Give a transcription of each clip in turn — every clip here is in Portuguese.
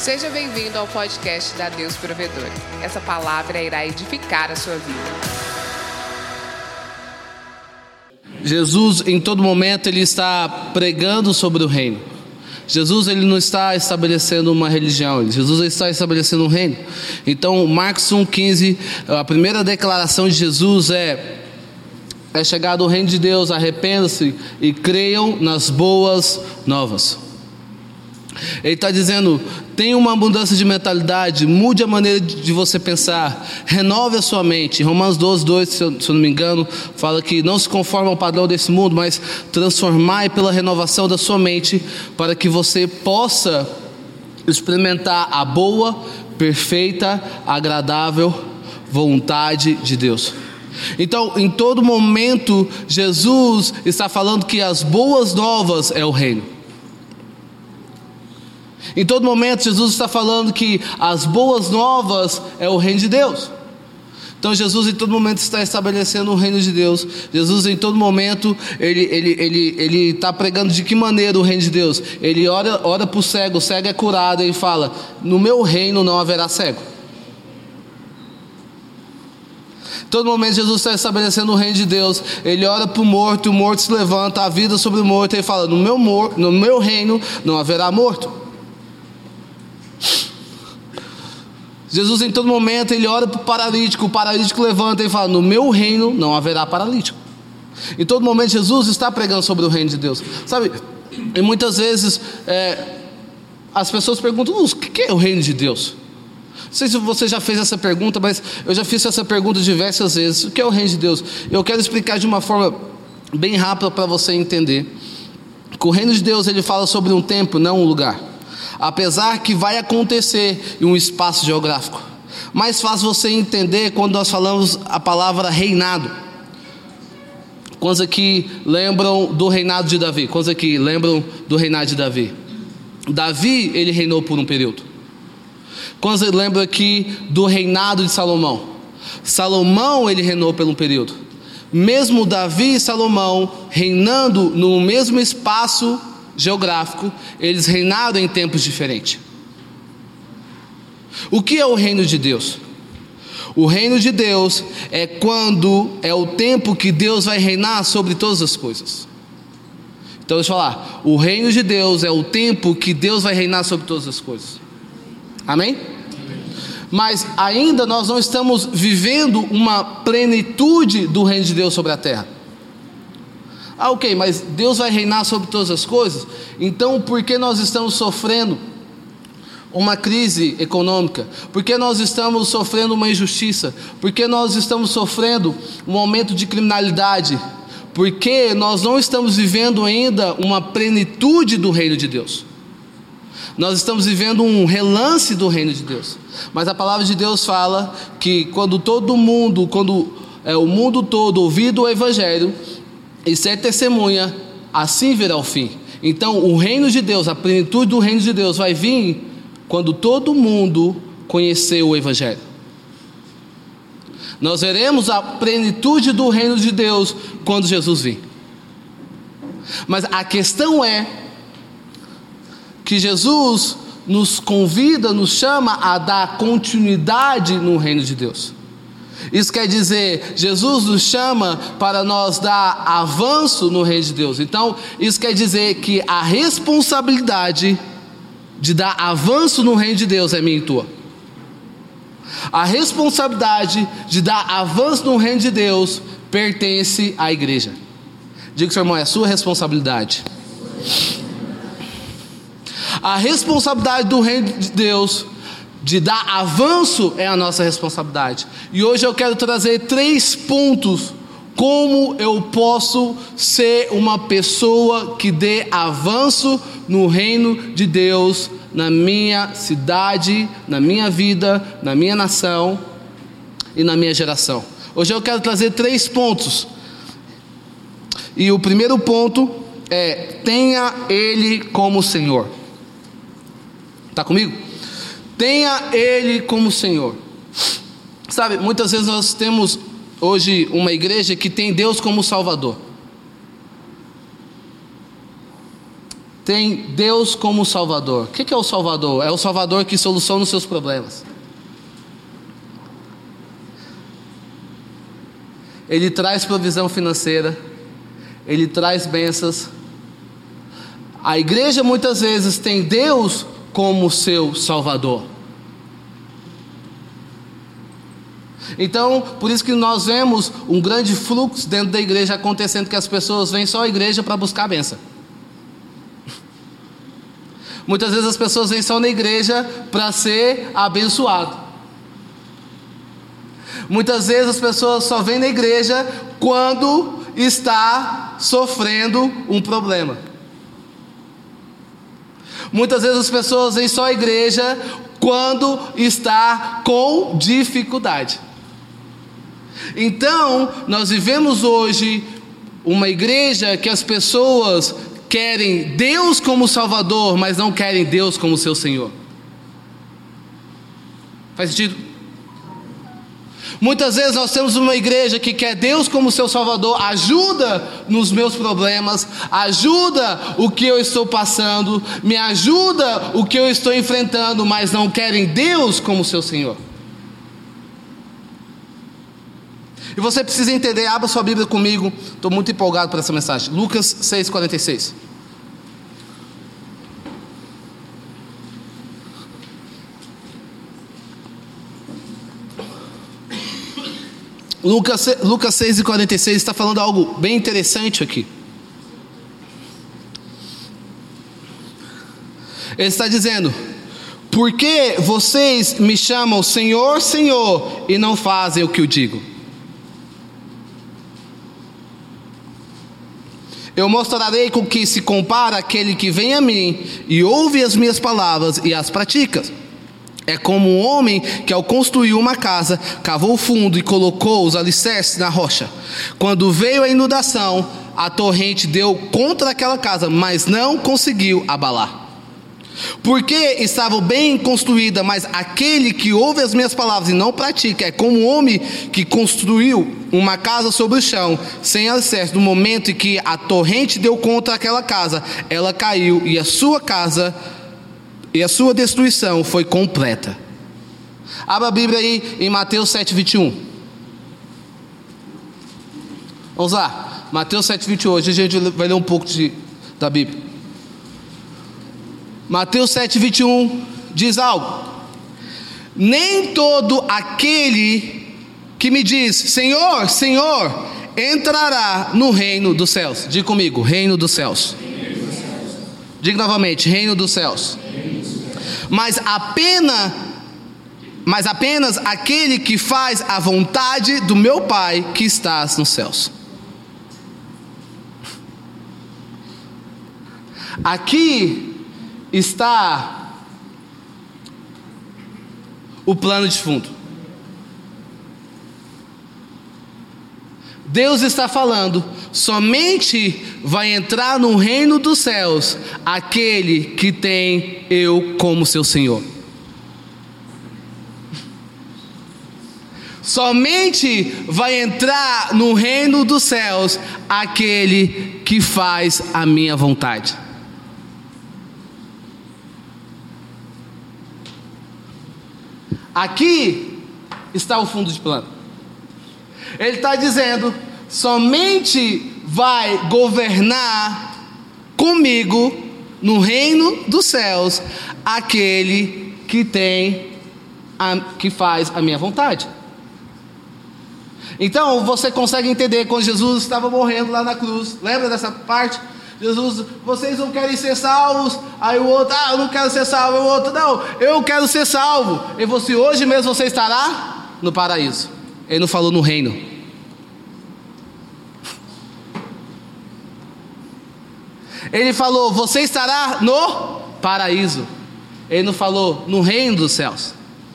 Seja bem-vindo ao podcast da Deus Provedor. Essa palavra irá edificar a sua vida. Jesus, em todo momento, ele está pregando sobre o reino. Jesus, ele não está estabelecendo uma religião, Jesus está estabelecendo um reino. Então, Marcos 1,15, a primeira declaração de Jesus é chegado o reino de Deus, arrependam-se e creiam nas boas novas. Ele está dizendo, tenha uma mudança de mentalidade, mude a maneira de você pensar, renove a sua mente. Romanos 12:2, se eu não me engano, fala que não se conforme ao padrão desse mundo, mas transformai pela renovação da sua mente, para que você possa experimentar a boa, perfeita, agradável vontade de Deus. Então, em todo momento, Jesus está falando que as boas novas é o reino. Em todo momento, Jesus está falando que as boas novas é o reino de Deus. Então, Jesus em todo momento está estabelecendo o reino de Deus. Jesus em todo momento, ele está pregando de que maneira o reino de Deus. Ele ora para o cego é curado, e fala, no meu reino não haverá cego. Em todo momento Jesus está estabelecendo o reino de Deus. Ele ora para o morto, e o morto se levanta, a vida sobre o morto, e ele fala, no meu reino não haverá morto. Jesus em todo momento, ele ora para o paralítico levanta e fala, no meu reino não haverá paralítico. Em todo momento Jesus está pregando sobre o reino de Deus. Sabe, e muitas vezes as pessoas perguntam, o que é o reino de Deus? Não sei se você já fez essa pergunta, mas eu já fiz essa pergunta diversas vezes. O que é o reino de Deus? Eu quero explicar de uma forma bem rápida para você entender. Que o reino de Deus, ele fala sobre um tempo, não um lugar. Apesar que vai acontecer em um espaço geográfico. Mais fácil você entender quando nós falamos a palavra reinado. Quantos aqui lembram do reinado de Davi? Quantos aqui lembram do reinado de Davi? Davi, ele reinou por um período. Quantos lembram aqui do reinado de Salomão? Salomão, ele reinou por um período. Mesmo Davi e Salomão reinando no mesmo espaço geográfico, eles reinaram em tempos diferentes. O que é o reino de Deus? O reino de Deus é quando é o tempo que Deus vai reinar sobre todas as coisas. Então deixa eu falar, o reino de Deus é o tempo que Deus vai reinar sobre todas as coisas. Amém? Mas ainda nós não estamos vivendo uma plenitude do reino de Deus sobre a terra. Ok, mas Deus vai reinar sobre todas as coisas. Então por que nós estamos sofrendo uma crise econômica? Por que nós estamos sofrendo uma injustiça? Por que nós estamos sofrendo um aumento de criminalidade? Porque nós não estamos vivendo ainda uma plenitude do reino de Deus. Nós estamos vivendo um relance do reino de Deus. Mas a palavra de Deus fala que quando o mundo todo ouvir o evangelho e ser testemunha, assim virá o fim. Então o reino de Deus, a plenitude do reino de Deus vai vir quando todo mundo conhecer o evangelho. Nós veremos a plenitude do reino de Deus quando Jesus vir. Mas a questão é que Jesus nos convida, nos chama a dar continuidade no reino de Deus. Isso quer dizer, Jesus nos chama para nós dar avanço no reino de Deus. Então, isso quer dizer que a responsabilidade de dar avanço no reino de Deus é minha e tua. A responsabilidade de dar avanço no reino de Deus pertence à igreja. Diga, seu irmão, é a sua responsabilidade. A responsabilidade do reino de Deus de dar avanço é a nossa responsabilidade. E hoje eu quero trazer 3 pontos como eu posso ser uma pessoa que dê avanço no reino de Deus, na minha cidade, na minha vida, na minha nação e na minha geração. Hoje eu quero trazer 3 pontos. E o primeiro ponto é: tenha Ele como Senhor. Está comigo? Tenha Ele como Senhor. Sabe, muitas vezes nós temos hoje uma igreja que tem Deus como Salvador. tem Deus como Salvador. O que é o Salvador? É o Salvador que soluciona os seus problemas. Ele traz provisão financeira, Ele traz bênçãos. A igreja muitas vezes tem Deus como seu Salvador. Então, por isso que nós vemos um grande fluxo dentro da igreja acontecendo, que as pessoas vêm só à igreja para buscar a bênção. Muitas vezes as pessoas vêm só na igreja para ser abençoado. Muitas vezes as pessoas só vêm na igreja quando está sofrendo um problema. Muitas vezes as pessoas vêm só à igreja quando está com dificuldade. Então, nós vivemos hoje uma igreja que as pessoas querem Deus como Salvador, mas não querem Deus como seu Senhor. Faz sentido? Muitas vezes nós temos uma igreja que quer Deus como seu Salvador, ajuda nos meus problemas, ajuda o que eu estou passando, me ajuda o que eu estou enfrentando, mas não querem Deus como seu Senhor. E você precisa entender, abra sua Bíblia comigo, estou muito empolgado por essa mensagem. Lucas 6,46. Lucas 6,46 está falando algo bem interessante aqui. Ele está dizendo: por que vocês me chamam Senhor, Senhor, e não fazem o que eu digo? Eu mostrarei com que se compara aquele que vem a mim e ouve as minhas palavras e as pratica. É como um homem que, ao construir uma casa, cavou fundo e colocou os alicerces na rocha. Quando veio a inundação, a torrente deu contra aquela casa, mas não conseguiu abalar, porque estava bem construída. Mas aquele que ouve as minhas palavras e não pratica é como um homem que construiu uma casa sobre o chão, sem alicerce. No momento em que a torrente deu contra aquela casa, ela caiu, e a sua destruição foi completa. Abra a Bíblia aí em Mateus 7,21. Vamos lá, Mateus 7,21. Hoje a gente vai ler um pouco da Bíblia. Mateus 7,21 diz algo: nem todo aquele que me diz Senhor, Senhor, entrará no reino dos céus. Diga comigo, reino dos céus. Diga novamente, reino dos céus. Mas apenas aquele que faz a vontade do meu Pai que estás nos céus. Aqui está o plano de fundo. Deus está falando: somente vai entrar no reino dos céus aquele que tem eu como seu Senhor. Somente vai entrar no reino dos céus aquele que faz a minha vontade. Aqui está o fundo de plano. Ele está dizendo: somente vai governar comigo no reino dos céus aquele que que faz a minha vontade. Então você consegue entender quando Jesus estava morrendo lá na cruz. Lembra dessa parte? Jesus: vocês não querem ser salvos? Aí o outro: eu não quero ser salvo. Aí o outro: não, eu quero ser salvo. E você: hoje mesmo você estará no paraíso. Ele não falou no reino. Ele falou: você estará no paraíso. Ele não falou no reino dos céus.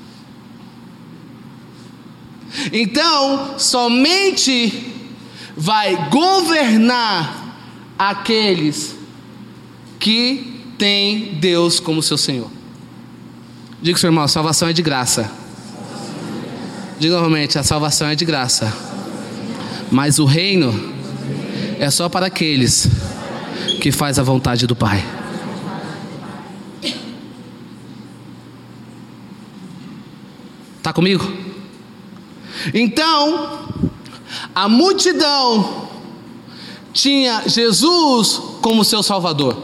Então, somente vai governar aqueles que têm Deus como seu Senhor. Diga, seu irmão, a salvação é de graça. Diga novamente: a salvação é de graça, mas o reino é só para aqueles que faz a vontade do Pai. Está comigo? Então, a multidão tinha Jesus como seu Salvador.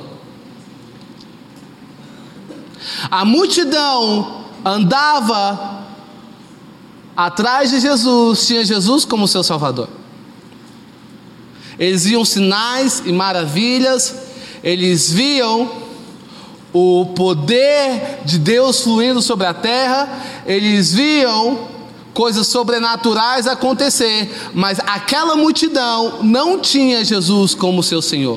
A multidão andava atrás de Jesus, tinha Jesus como seu Salvador. Eles viam sinais e maravilhas, eles viam o poder de Deus fluindo sobre a terra, eles viam coisas sobrenaturais acontecer, mas aquela multidão não tinha Jesus como seu Senhor.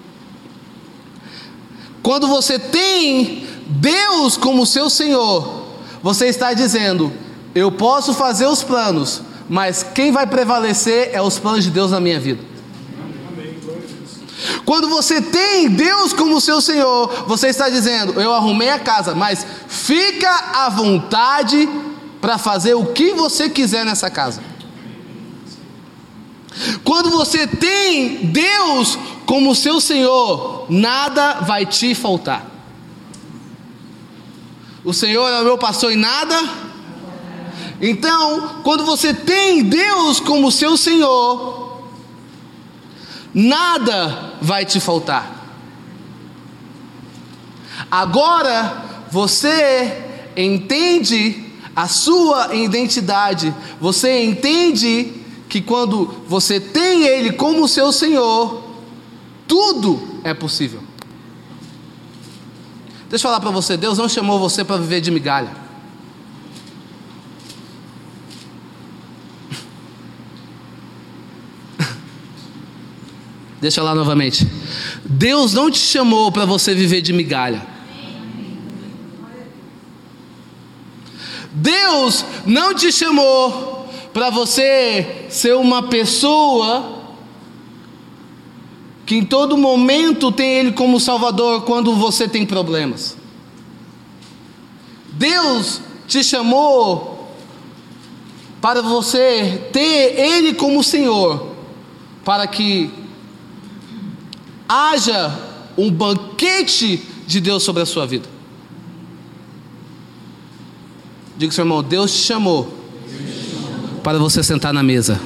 Quando você tem Deus como seu Senhor, você está dizendo: eu posso fazer os planos, mas quem vai prevalecer é os planos de Deus na minha vida. Quando você tem Deus como seu Senhor, você está dizendo: eu arrumei a casa, mas fica à vontade para fazer o que você quiser nessa casa. Quando você tem Deus como seu Senhor, nada vai te faltar. O Senhor é o meu pastor e nada. Então, quando você tem Deus como seu Senhor, nada vai te faltar. Agora você entende a sua identidade. Você entende que quando você tem Ele como seu Senhor, tudo é possível. Deixa eu falar para você, Deus não chamou você para viver de migalha. Deixa eu lá novamente. Deus não te chamou para você viver de migalha. Deus não te chamou para você ser uma pessoa que em todo momento tem Ele como Salvador quando você tem problemas. Deus te chamou para você ter Ele como Senhor, para que haja um banquete de Deus sobre a sua vida. Diga, seu irmão, Deus te chamou para você sentar na mesa.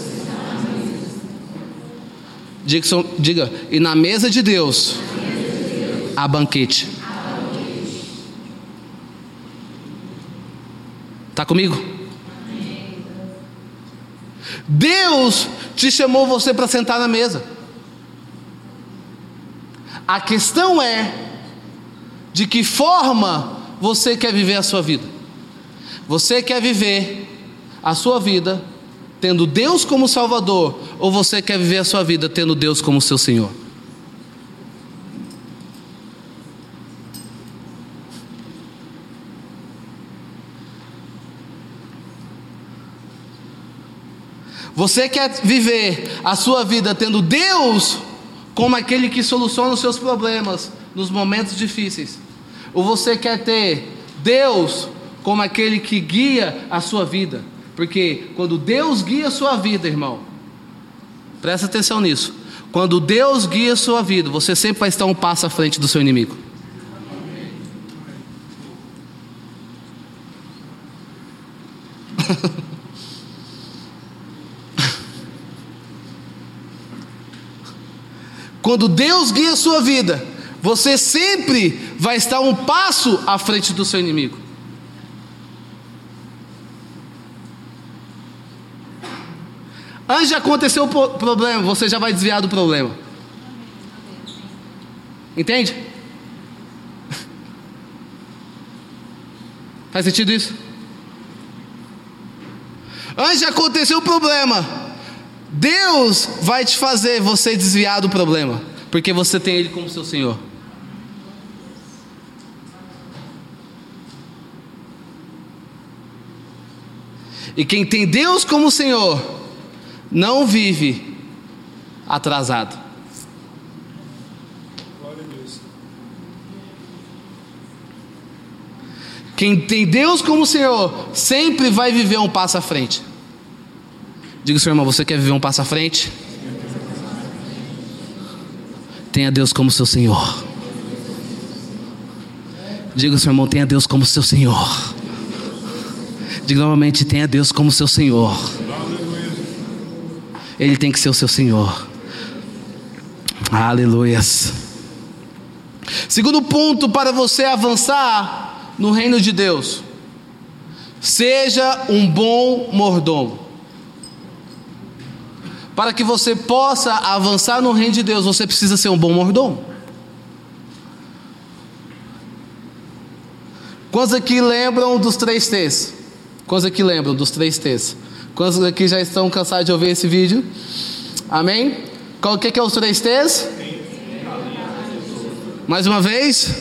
Diga, e na mesa de Deus há banquete. Está comigo? Deus te chamou você para sentar na mesa. A questão é de que forma você quer viver a sua vida. Você quer viver a sua vida tendo Deus como Salvador, ou você quer viver a sua vida tendo Deus como seu Senhor? Você quer viver a sua vida tendo Deus como aquele que soluciona os seus problemas nos momentos difíceis, ou você quer ter Deus como aquele que guia a sua vida? Porque quando Deus guia a sua vida, irmão, presta atenção nisso, quando Deus guia a sua vida, você sempre vai estar um passo à frente do seu inimigo. Quando Deus guia a sua vida, você sempre vai estar um passo à frente do seu inimigo. Antes de acontecer o problema, você já vai desviar do problema. Entende? Faz sentido isso? Antes de acontecer o problema, Deus vai te fazer você desviar do problema, porque você tem Ele como seu Senhor. E quem tem Deus como Senhor não vive atrasado. Quem tem Deus como Senhor sempre vai viver um passo à frente. Diga, seu irmão, você quer viver um passo à frente? Tenha Deus como seu Senhor. Diga, seu irmão, tenha Deus como seu Senhor. Diga novamente: tenha Deus como seu Senhor. Ele tem que ser o seu Senhor. Aleluias. Segundo ponto para você avançar no reino de Deus: seja um bom mordomo. Para que você possa avançar no reino de Deus, você precisa ser um bom mordomo. Quantos aqui lembram dos 3 T's? Quantos aqui lembram dos 3 T's? Quantos aqui já estão cansados de ouvir esse vídeo? Amém? O que é os 3 T's? Mais uma vez?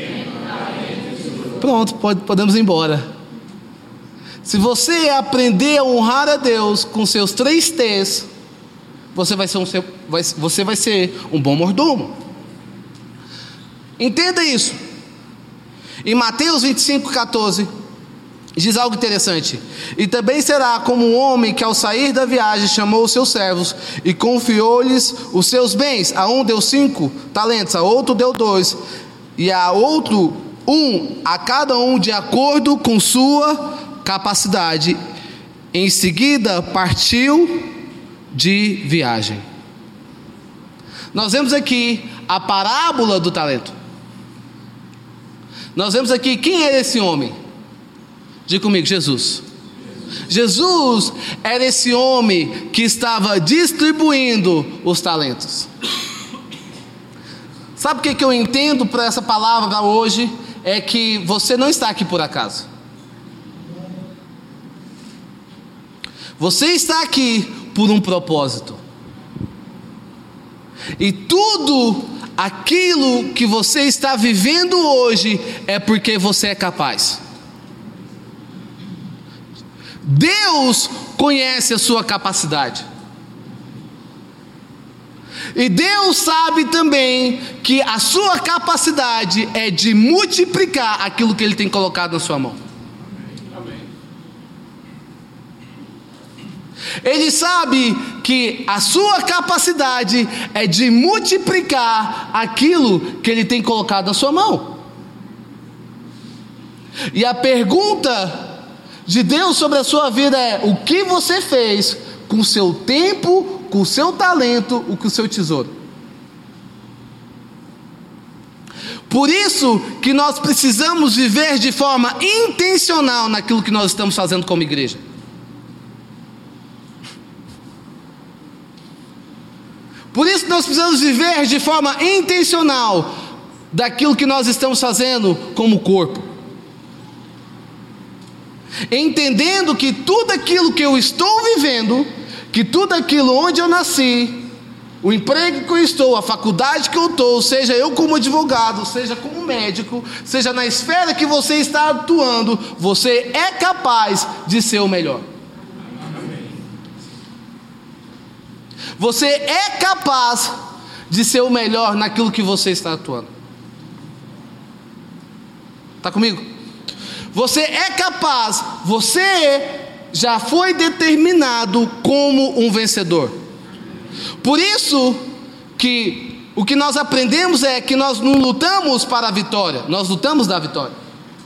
Pronto, podemos ir embora. Se você aprender a honrar a Deus com seus 3 T's, você vai ser um bom mordomo. Entenda isso. Em Mateus 25:14 diz algo interessante: e também será como um homem que ao sair da viagem chamou os seus servos e confiou-lhes os seus bens. A um deu 5 talentos, a outro deu 2, e a outro 1, a cada um de acordo com sua capacidade. Em seguida partiu de viagem. Nós vemos aqui a parábola do talento. Nós vemos aqui quem era esse homem. Diga comigo: Jesus. Jesus era esse homem que estava distribuindo os talentos. Sabe o que eu entendo para essa palavra hoje? É que você não está aqui por acaso. Você está aqui por um propósito. E tudo aquilo que você está vivendo hoje é porque você é capaz. Deus conhece a sua capacidade. E Deus sabe também que a sua capacidade é de multiplicar aquilo que Ele tem colocado na sua mão. Ele sabe que a sua capacidade é de multiplicar aquilo que Ele tem colocado na sua mão. E a pergunta de Deus sobre a sua vida é: o que você fez com o seu tempo, com o seu talento, com o seu tesouro? Por isso que nós precisamos viver de forma intencional naquilo que nós estamos fazendo como igreja. Por isso nós precisamos viver de forma intencional daquilo que nós estamos fazendo como corpo. Entendendo que tudo aquilo que eu estou vivendo, que tudo aquilo onde eu nasci, o emprego que eu estou, a faculdade que eu estou, seja eu como advogado, seja como médico, seja na esfera que você está atuando, você é capaz de ser o melhor. Você é capaz de ser o melhor naquilo que você está atuando. Está comigo? Você é capaz, você já foi determinado como um vencedor. Por isso que o que nós aprendemos é que nós não lutamos para a vitória, nós lutamos da vitória.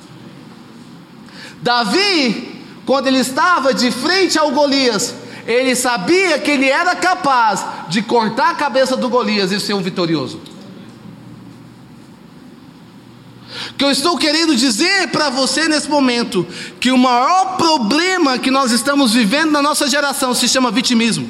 Davi, quando ele estava de frente ao Golias, ele sabia que ele era capaz de cortar a cabeça do Golias e ser um vitorioso. O que eu estou querendo dizer para você nesse momento, que o maior problema que nós estamos vivendo na nossa geração se chama vitimismo.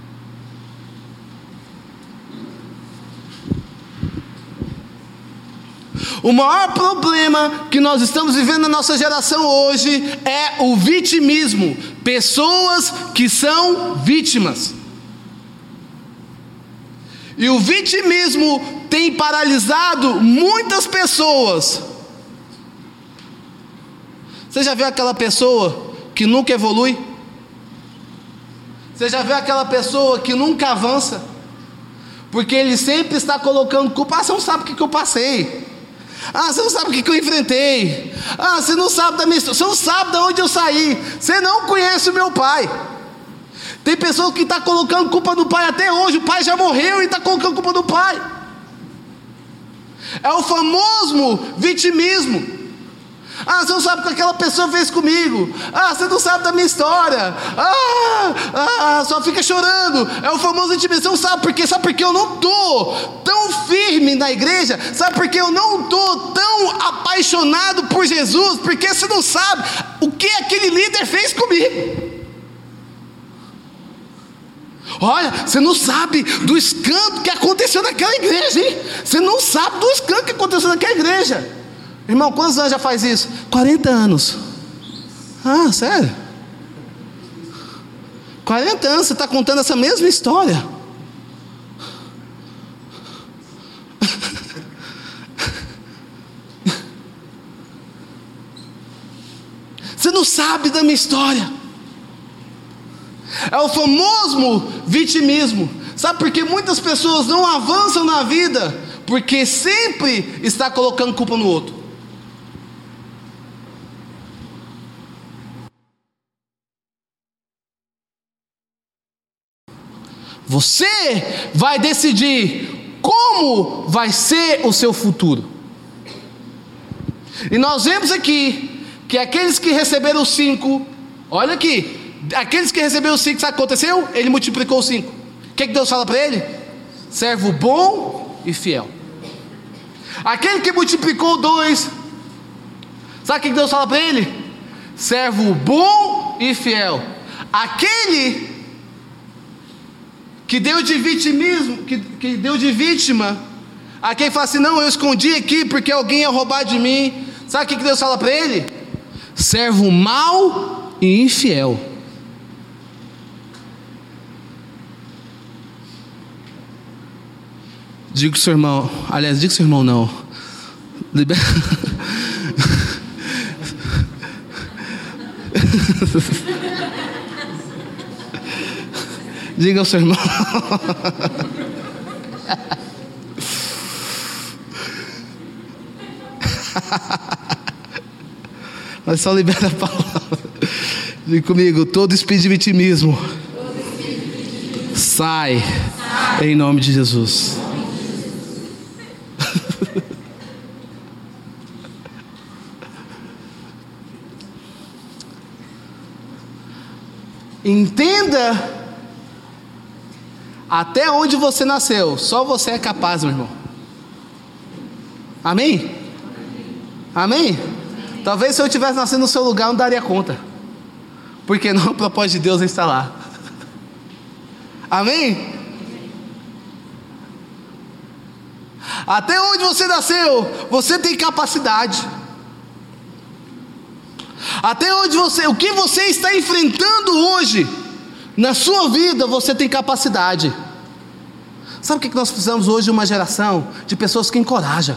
O maior problema que nós estamos vivendo na nossa geração hoje é o vitimismo. Pessoas que são vítimas. E o vitimismo tem paralisado muitas pessoas. Você já viu aquela pessoa que nunca evolui? Você já viu aquela pessoa que nunca avança? Porque ele sempre está colocando culpa. Ah, você não sabe o que eu passei. Ah, você não sabe o que eu enfrentei. Ah, você não sabe da minha história. Você não sabe de onde eu saí. Você não conhece o meu pai. Tem pessoa que está colocando culpa no pai até hoje. O pai já morreu e está colocando culpa no pai. É o famoso vitimismo. Ah, você não sabe o que aquela pessoa fez comigo. Ah, você não sabe da minha história. Só fica chorando. É o famoso intimismo. Você não sabe por quê? Sabe por que eu não estou tão firme na igreja? Sabe por que eu não estou tão apaixonado por Jesus? Porque você não sabe o que aquele líder fez comigo. Olha, você não sabe do escândalo que aconteceu naquela igreja, hein? Você não sabe do escândalo que aconteceu naquela igreja. Irmão, quantos anos já faz isso? 40 anos. Ah, sério? 40 anos você está contando essa mesma história. Você não sabe da minha história. É o famoso vitimismo. Sabe por que muitas pessoas não avançam na vida? Porque sempre está colocando culpa no outro. Você vai decidir como vai ser o seu futuro. E nós vemos aqui que aqueles que receberam 5, olha aqui, aqueles que receberam 5, sabe o que aconteceu? Ele multiplicou 5. O que Deus fala para ele? Servo bom e fiel. Aquele que multiplicou 2, sabe o que Deus fala para ele? Servo bom e fiel. Aquele que deu de vitimismo, que deu de vítima, a quem fala assim, não, eu escondi aqui porque alguém ia roubar de mim. Sabe o que Deus fala para ele? Servo mau e infiel. Diga o seu irmão, aliás, diga o seu irmão não. Diga ao seu irmão. Mas só libera a palavra. Diga comigo, todo espírito de vitimismo sai em nome de Jesus. Entenda. Até onde você nasceu, só você é capaz, meu irmão. Amém? Amém? Talvez se eu tivesse nascido no seu lugar, eu não daria conta. Porque não, o propósito de Deus está lá. Amém? Até onde você nasceu, você tem capacidade. Até onde você, o que você está enfrentando hoje, na sua vida, você tem capacidade. Sabe o que nós precisamos hoje? Uma geração de pessoas que encorajam.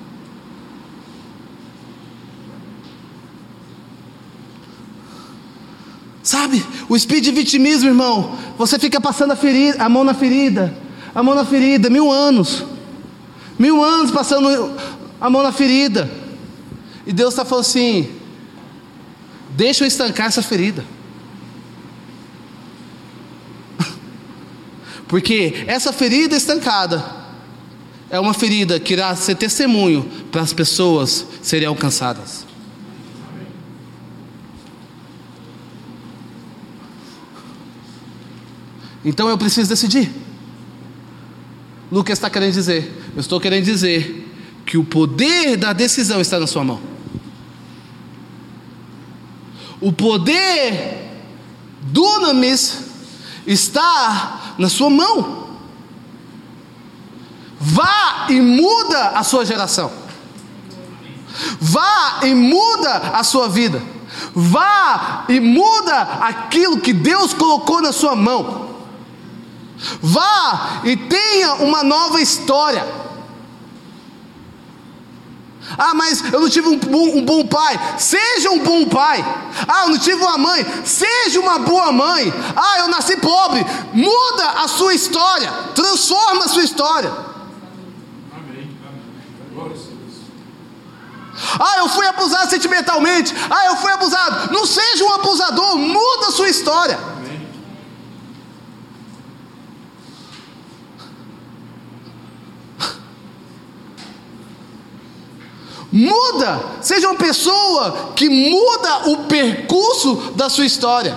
Sabe, o espírito de vitimismo, irmão, você fica passando a mão na ferida, 1000 anos, 1000 anos passando a mão na ferida, e Deus está falando assim, deixa eu estancar essa ferida, porque essa ferida estancada, é uma ferida que irá ser testemunho, para as pessoas serem alcançadas. Então eu preciso decidir. Lucas está querendo dizer, eu estou querendo dizer, que o poder da decisão está na sua mão. O poder dunamis está na sua mão. Vá e muda a sua geração. Vá e muda a sua vida. Vá e muda aquilo que Deus colocou na sua mão. Vá e tenha uma nova história. Ah, mas eu não tive um bom pai. Seja um bom pai. Ah, eu não tive uma mãe. Seja uma boa mãe. Ah, eu nasci pobre. Muda a sua história. Transforma a sua história. Amém. Glória a Deus. Ah, eu fui abusado sentimentalmente. Ah, eu fui abusado. Não seja um abusador. Muda a sua história. Muda. Seja uma pessoa que muda o percurso da sua história.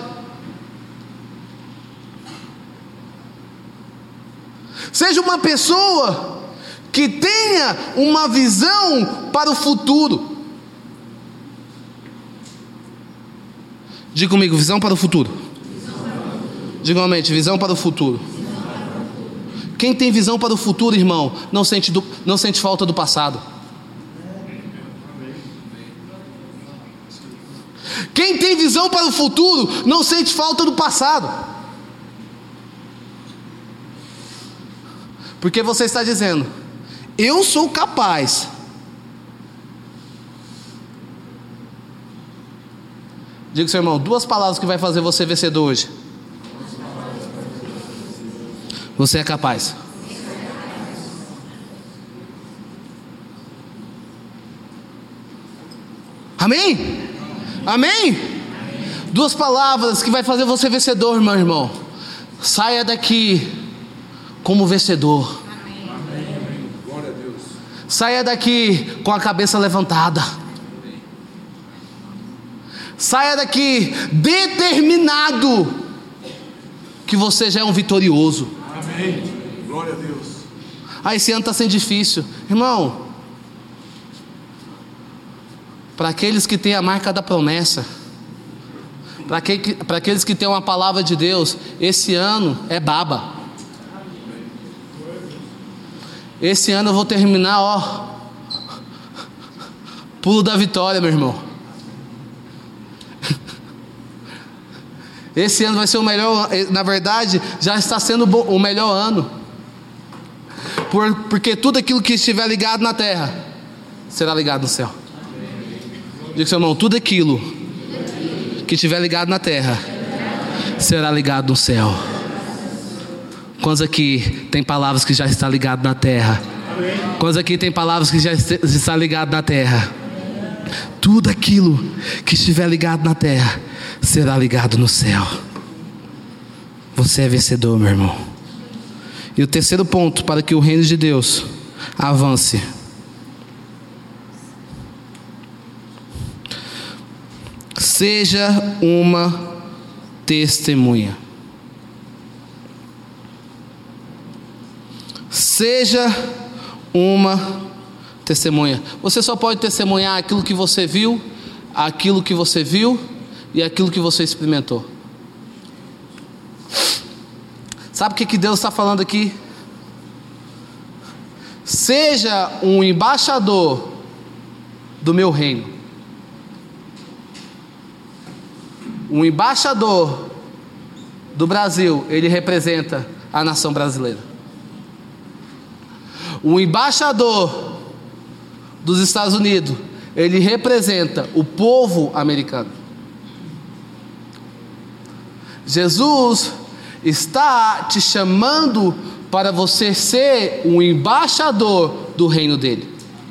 Seja uma pessoa que tenha uma visão para o futuro. Diga comigo, visão para o futuro. Diga novamente, visão para o futuro. Quem tem visão para o futuro, irmão, não sente falta do passado. Quem tem visão para o futuro não sente falta do passado. Porque você está dizendo: eu sou capaz. Diga, seu irmão, 2 palavras que vai fazer você vencedor hoje. Você é capaz. Amém? Amém? 2 palavras que vai fazer você vencedor, meu irmão. Saia daqui como vencedor. Amém. Glória a Deus. Saia daqui com a cabeça levantada. Saia daqui determinado que você já é um vitorioso. Amém. Glória a Deus. Esse ano está sendo difícil, irmão. Para aqueles que têm a marca da promessa, para aqueles que têm uma palavra de Deus, esse ano é baba. Esse ano eu vou terminar, pulo da vitória, meu irmão. Esse ano vai ser o melhor, na verdade, já está sendo o melhor ano. Porque tudo aquilo que estiver ligado na terra será ligado no céu. Diga, seu irmão, tudo aquilo que estiver ligado na terra será ligado no céu. Quantos aqui tem palavras que já está ligado na terra? Quantos aqui tem palavras que já está ligado na terra? Tudo aquilo que estiver ligado na terra será ligado no céu. Você é vencedor, meu irmão. E o terceiro ponto para que o reino de Deus avance: seja uma testemunha. Seja uma testemunha. Você só pode testemunhar aquilo que você viu, aquilo que você viu e aquilo que você experimentou. Sabe o que Deus está falando aqui? Seja um embaixador do meu reino. Um embaixador do Brasil, ele representa a nação brasileira. O embaixador dos Estados Unidos, ele representa o povo americano. Jesus está te chamando para você ser um embaixador do reino dele.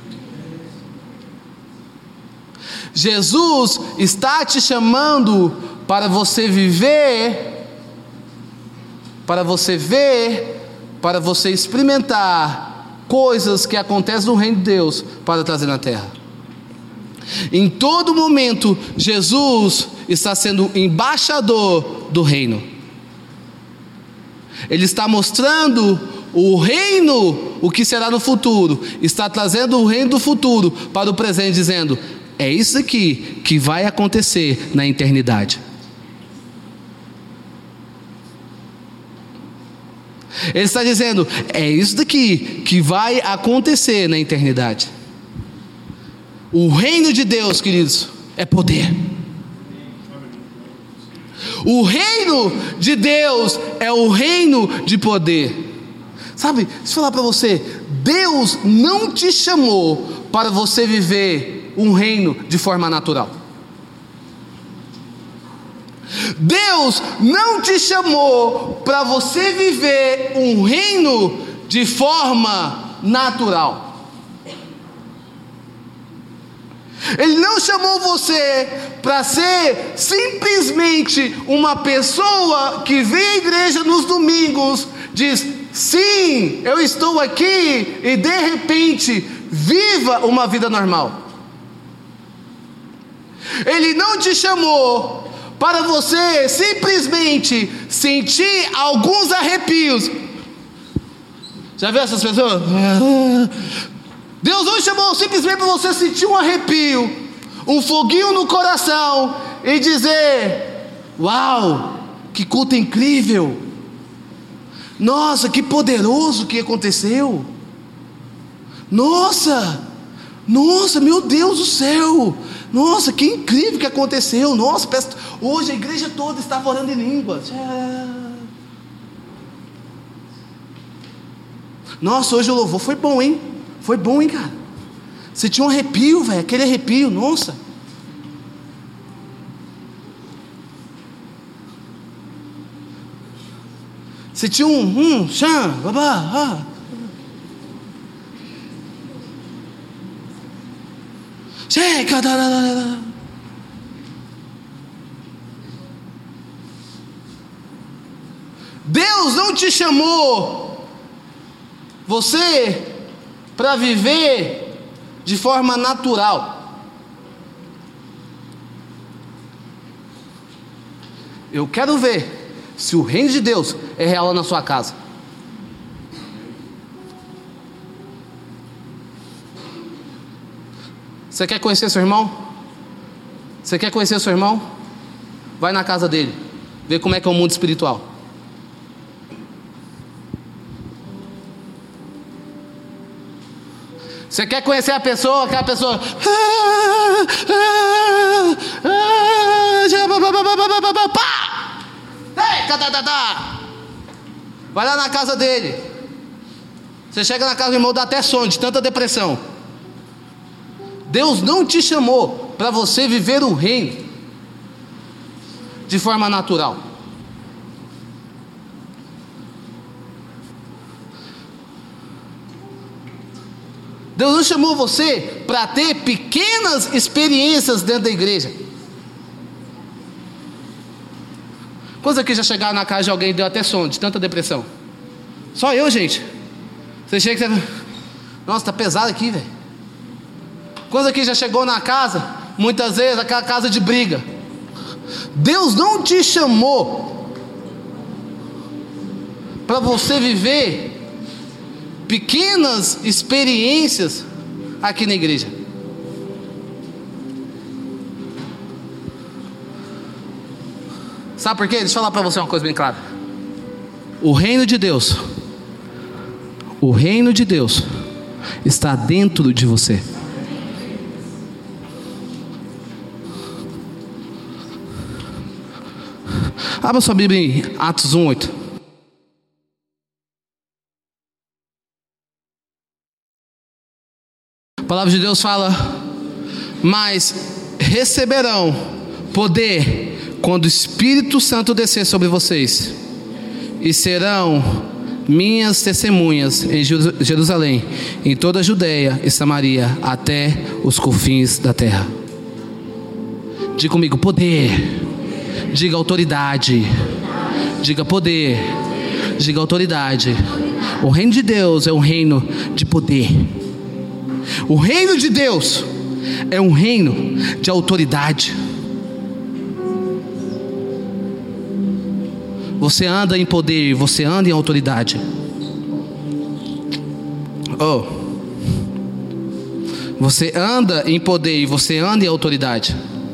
Jesus está te chamando para você viver, para você ver, para você experimentar coisas que acontecem no reino de Deus para trazer na terra. Em todo momento, Jesus está sendo embaixador do reino. Ele está mostrando o reino, o que será no futuro. Está trazendo o reino do futuro para o presente, dizendo: é isso aqui que vai acontecer na eternidade. Ele está dizendo: é isso daqui que vai acontecer na eternidade. O reino de Deus, queridos, é poder. O reino de Deus é o reino de poder. Sabe, deixa eu falar para você: Deus não te chamou para você viver um reino de forma natural. Deus não te chamou para você viver um reino de forma natural. Ele não chamou você para ser simplesmente uma pessoa que vem à igreja nos domingos, diz: sim, eu estou aqui, e de repente viva uma vida normal. Ele não te chamou para você simplesmente sentir alguns arrepios. Já viu essas pessoas? Deus não te chamou simplesmente para você sentir um arrepio, um foguinho no coração e dizer: uau, que culto incrível! Nossa, que poderoso que aconteceu! Nossa, meu Deus do céu! Nossa, que incrível que aconteceu! Nossa, hoje a igreja toda estava orando em línguas. Nossa, hoje o louvor foi bom, hein? Foi bom, hein, cara? Você tinha um arrepio, velho, aquele arrepio, nossa. Você tinha babá. Deus não te chamou você para viver de forma natural. Eu quero ver se o reino de Deus é real na sua casa. Você quer conhecer seu irmão? Você quer conhecer seu irmão? Vai na casa dele, vê como é que é o mundo espiritual. Você quer conhecer a pessoa, aquela pessoa, vai lá na casa dele. Você chega na casa do irmão, dá até sono de tanta depressão. Deus não te chamou para você viver o reino de forma natural. Deus não chamou você para ter pequenas experiências dentro da igreja. Quantos aqui já chegaram na casa de alguém e deu até sono de tanta depressão? Só eu, gente. Você chega e você... Nossa, tá pesado aqui, velho. Quantos aqui já chegou na casa, muitas vezes aquela casa de briga? Deus não te chamou para você viver pequenas experiências aqui na igreja. Sabe por quê? Deixa eu falar para você uma coisa bem clara. O reino de Deus está dentro de você. Abra sua Bíblia em Atos 1:8. A palavra de Deus fala: mas receberão poder quando o Espírito Santo descer sobre vocês, e serão minhas testemunhas em Jerusalém, em toda a Judeia e Samaria, até os confins da terra. Diga comigo: poder. Diga autoridade. Diga poder. Diga autoridade. O reino de Deus é um reino de poder. O reino de Deus é um reino de autoridade. Você anda em poder, você anda em autoridade. Você anda em poder e você anda em autoridade.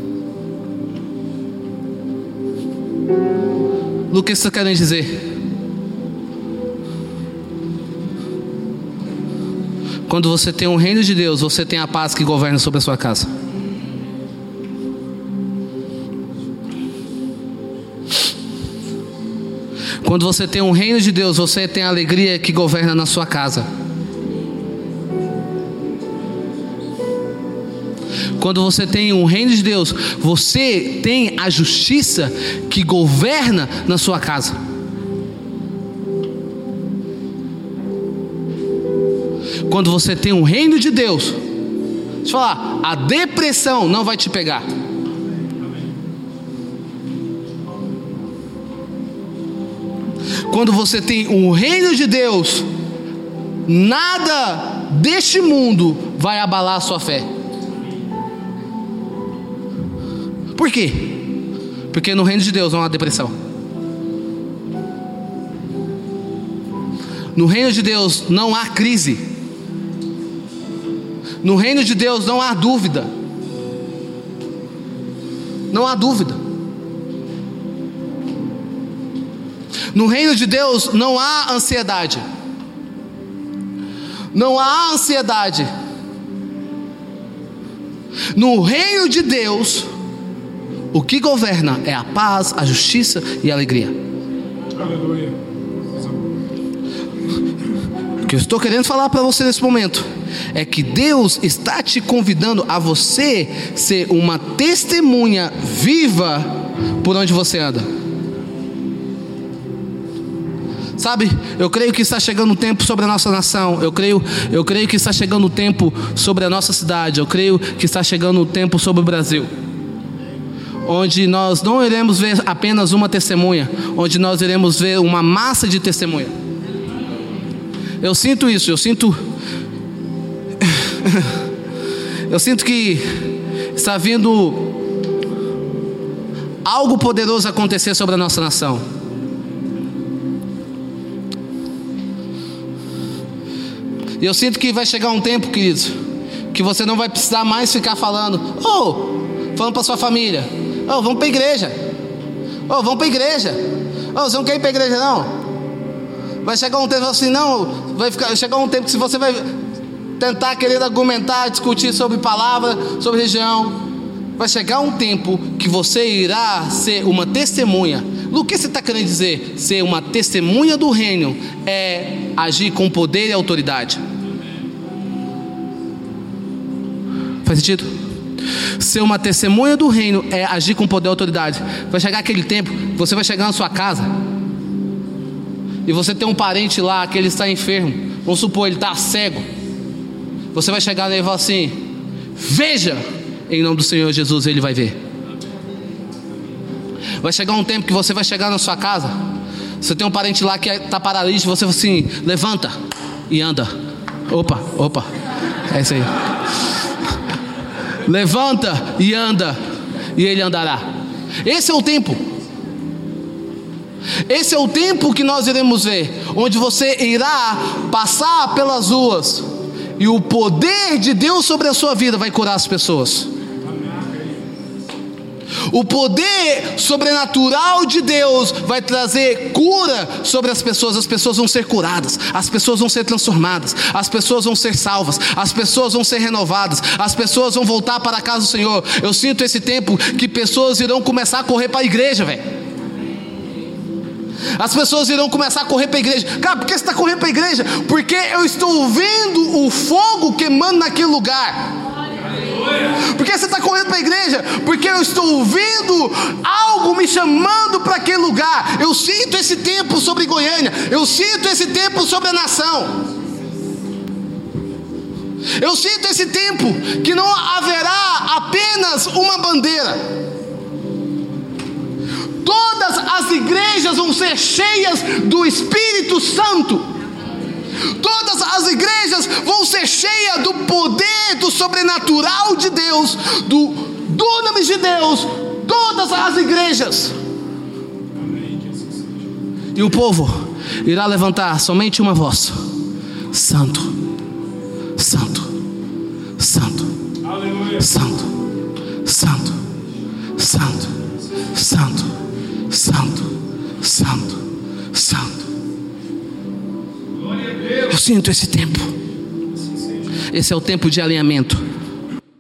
O que você quer dizer? Quando você tem o reino de Deus, você tem a paz que governa sobre a sua casa. Quando você tem o reino de Deus, você tem a alegria que governa na sua casa. Quando você tem o reino de Deus, você tem a justiça que governa na sua casa. Quando você tem o reino de Deus, deixa eu falar, a depressão não vai te pegar. Quando você tem o reino de Deus, nada deste mundo vai abalar a sua fé. Por quê? Porque no reino de Deus não há depressão. No reino de Deus não há crise. No reino de Deus não há dúvida. Não há dúvida. No reino de Deus não há ansiedade. Não há ansiedade. No reino de Deus, o que governa é a paz, a justiça e a alegria. Aleluia. O que eu estou querendo falar para você nesse momento é que Deus está te convidando a você ser uma testemunha viva por onde você anda. Sabe, eu creio que está chegando um tempo sobre a nossa nação. Eu creio que está chegando um tempo sobre a nossa cidade. Eu creio que está chegando um tempo sobre o Brasil, onde nós não iremos ver apenas uma testemunha, onde nós iremos ver uma massa de testemunha. Eu sinto isso, eu sinto que está vindo algo poderoso acontecer sobre a nossa nação. E eu sinto que vai chegar um tempo, queridos, que você não vai precisar mais ficar falando para sua família: vamos para a igreja. Vamos para a igreja. Você não quer ir para a igreja não? Vai chegar um tempo assim, não, vai chegar um tempo que se você vai tentar querer argumentar, discutir sobre palavra, sobre religião, vai chegar um tempo que você irá ser uma testemunha. O que você está querendo dizer? Ser uma testemunha do reino é agir com poder e autoridade. Faz sentido? Ser uma testemunha do reino é agir com poder e autoridade. Vai chegar aquele tempo, você vai chegar na sua casa e você tem um parente lá que ele está enfermo. Vamos supor, ele está cego. Você vai chegar nele e falar assim: veja, em nome do Senhor Jesus, ele vai ver. Vai chegar um tempo que você vai chegar na sua casa, você tem um parente lá que está paralítico, você fala assim: levanta e anda. Opa, é isso aí. Levanta e anda, e ele andará. Esse é o tempo. Esse é o tempo que nós iremos ver, onde você irá passar pelas ruas e o poder de Deus sobre a sua vida vai curar as pessoas. O poder sobrenatural de Deus vai trazer cura sobre as pessoas vão ser curadas, as pessoas vão ser transformadas, as pessoas vão ser salvas, as pessoas vão ser renovadas, as pessoas vão voltar para a casa do Senhor. Eu sinto esse tempo que pessoas irão começar a correr para a igreja, velho. As pessoas irão começar a correr para a igreja. Cara, por que você está correndo para a igreja? Porque eu estou vendo o fogo queimando naquele lugar. Por que você está correndo para a igreja? Porque eu estou ouvindo algo me chamando para aquele lugar. Eu sinto esse tempo sobre Goiânia. Eu sinto esse tempo sobre a nação. Eu sinto esse tempo que não haverá apenas uma bandeira. Todas as igrejas vão ser cheias do Espírito Santo. Todas as igrejas vão ser cheias do poder, do sobrenatural de Deus, do dunamis de Deus. Todas as igrejas. E o povo irá levantar somente uma voz: Santo, Santo, Santo, Aleluia. Santo, Santo, Santo, Santo, Santo, Santo, Santo. Eu sinto esse tempo. Esse é o tempo de alinhamento.